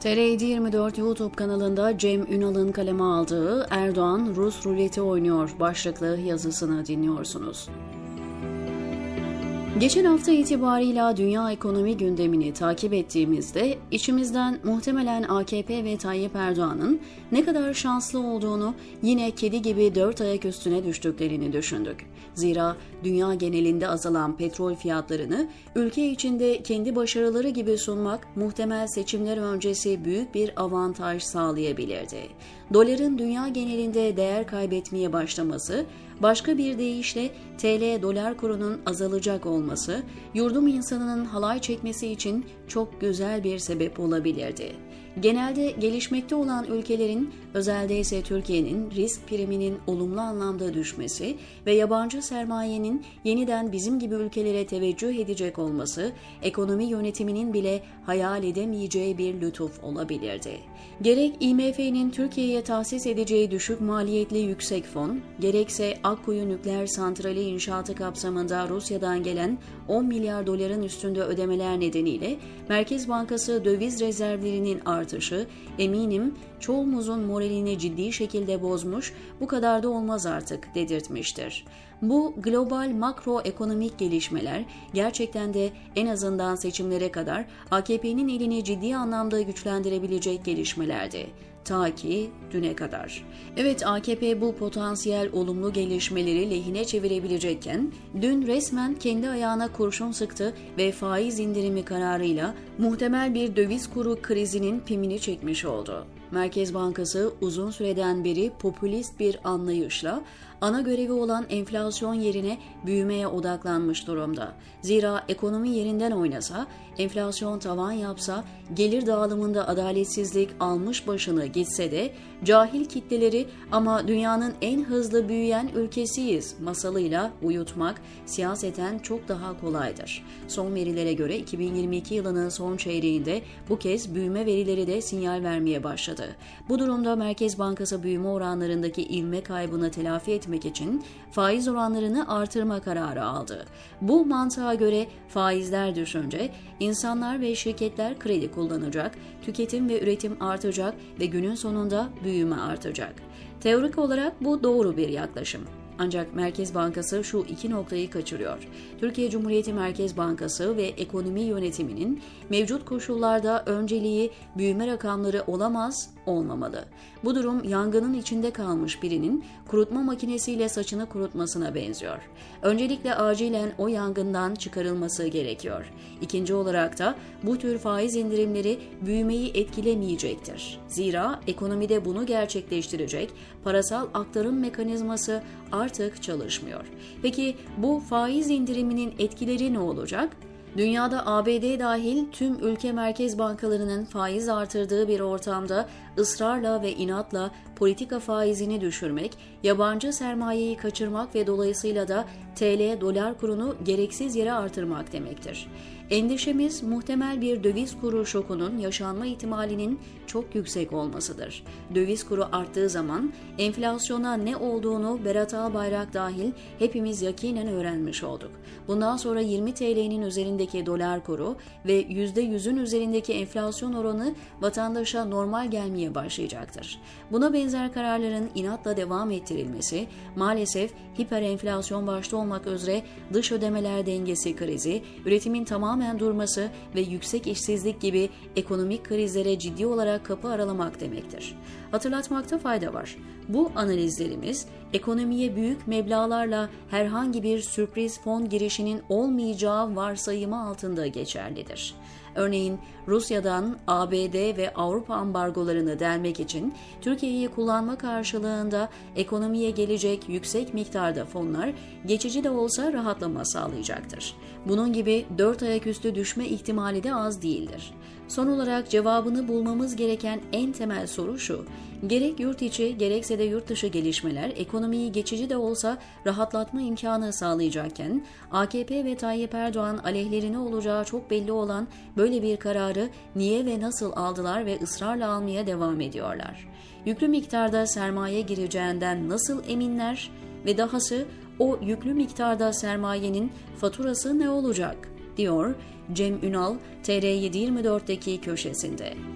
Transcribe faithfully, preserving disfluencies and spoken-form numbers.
T R yedi yirmi dört YouTube kanalında Cem Ünal'ın kaleme aldığı "Erdoğan Rus ruleti oynuyor" başlıklı yazısını dinliyorsunuz. Geçen hafta itibarıyla dünya ekonomi gündemini takip ettiğimizde içimizden muhtemelen A K P ve Tayyip Erdoğan'ın ne kadar şanslı olduğunu, yine kedi gibi dört ayak üstüne düştüklerini düşündük. Zira dünya genelinde azalan petrol fiyatlarını ülke içinde kendi başarıları gibi sunmak muhtemel seçimler öncesi büyük bir avantaj sağlayabilirdi. Doların dünya genelinde değer kaybetmeye başlaması, başka bir deyişle T L dolar kurunun azalacak olması, yurdum insanının halay çekmesi için çok güzel bir sebep olabilirdi. Genelde gelişmekte olan ülkelerin, özelde ise Türkiye'nin risk priminin olumlu anlamda düşmesi ve yabancı sermayenin yeniden bizim gibi ülkelere teveccüh edecek olması, ekonomi yönetiminin bile hayal edemeyeceği bir lütuf olabilirdi. Gerek I M F'nin Türkiye'ye tahsis edeceği düşük maliyetli yüksek fon, gerekse Akkuyu nükleer santrali inşaatı kapsamında Rusya'dan gelen on milyar doların üstünde ödemeler nedeniyle Merkez Bankası döviz rezervlerinin artışı, eminim çoğumuzun moralini ciddi şekilde bozmuş, bu kadar da olmaz artık dedirtmiştir. Bu global makro ekonomik gelişmeler gerçekten de en azından seçimlere kadar A K P'nin elini ciddi anlamda güçlendirebilecek gelişmelerdi. Ta ki düne kadar. Evet, A K P bu potansiyel olumlu gelişmeleri lehine çevirebilecekken dün resmen kendi ayağına kurşun sıktı ve faiz indirimi kararıyla muhtemel bir döviz kuru krizinin pimini çekmiş oldu. Merkez Bankası uzun süreden beri popülist bir anlayışla ana görevi olan enflasyon yerine büyümeye odaklanmış durumda. Zira ekonomi yerinden oynasa, enflasyon tavan yapsa, gelir dağılımında adaletsizlik almış başını gitse de cahil kitleleri ama dünyanın en hızlı büyüyen ülkesiyiz masalıyla uyutmak siyaseten çok daha kolaydır. Son verilere göre iki bin yirmi iki yılının son çeyreğinde bu kez büyüme verileri de sinyal vermeye başladı. Bu durumda Merkez Bankası büyüme oranlarındaki ivme kaybını telafi etmek için faiz oranlarını artırma kararı aldı. Bu mantığa göre faizler düşünce insanlar ve şirketler kredi kullanacak, tüketim ve üretim artacak ve günün sonunda büyüme artacak. Teorik olarak bu doğru bir yaklaşım. Ancak Merkez Bankası şu iki noktayı kaçırıyor. Türkiye Cumhuriyeti Merkez Bankası ve ekonomi yönetiminin mevcut koşullarda önceliği büyüme rakamları olamaz, olmamalı. Bu durum yangının içinde kalmış birinin kurutma makinesiyle saçını kurutmasına benziyor. Öncelikle acilen o yangından çıkarılması gerekiyor. İkinci olarak da bu tür faiz indirimleri büyümeyi etkilemeyecektir. Zira ekonomide bunu gerçekleştirecek parasal aktarım mekanizması artık çalışmıyor. Peki bu faiz indiriminin etkileri ne olacak? Dünyada A B D dahil tüm ülke merkez bankalarının faiz artırdığı bir ortamda ısrarla ve inatla politika faizini düşürmek, yabancı sermayeyi kaçırmak ve dolayısıyla da T L dolar kurunu gereksiz yere artırmak demektir. Endişemiz muhtemel bir döviz kuru şokunun yaşanma ihtimalinin çok yüksek olmasıdır. Döviz kuru arttığı zaman enflasyona ne olduğunu Berat Albayrak dahil hepimiz yakinen öğrenmiş olduk. Bundan sonra yirmi T L'nin üzerindeki dolar kuru ve yüzde yüzün üzerindeki enflasyon oranı vatandaşa normal gelmeye başlayacaktır. Buna benzer kararların inatla devam ettirilmesi, maalesef hiperenflasyon başta olmak üzere dış ödemeler dengesi krizi, üretimin tamamen durması ve yüksek işsizlik gibi ekonomik krizlere ciddi olarak kapı aralamak demektir. Hatırlatmakta fayda var. Bu analizlerimiz ekonomiye büyük meblağlarla herhangi bir sürpriz fon girişinin olmayacağı varsayımı altında geçerlidir. Örneğin Rusya'dan A B D ve Avrupa ambargolarını delmek için Türkiye'yi kullanma karşılığında ekonomiye gelecek yüksek miktarda fonlar geçici de olsa rahatlama sağlayacaktır. Bunun gibi dört ayak üstü düşme ihtimali de az değildir. Son olarak cevabını bulmamız gereken en temel soru şu: gerek yurt içi gerekse de yurt dışı gelişmeler ekonomiyi geçici de olsa rahatlatma imkanı sağlayacakken A K P ve Tayyip Erdoğan aleyhlerine olacağı çok belli olan böyle bir kararı niye ve nasıl aldılar ve ısrarla almaya devam ediyorlar? Yüklü miktarda sermaye gireceğinden nasıl eminler ve dahası o yüklü miktarda sermayenin faturası ne olacak, diyor Cem Ünal T R yedi yirmi dört'teki köşesinde.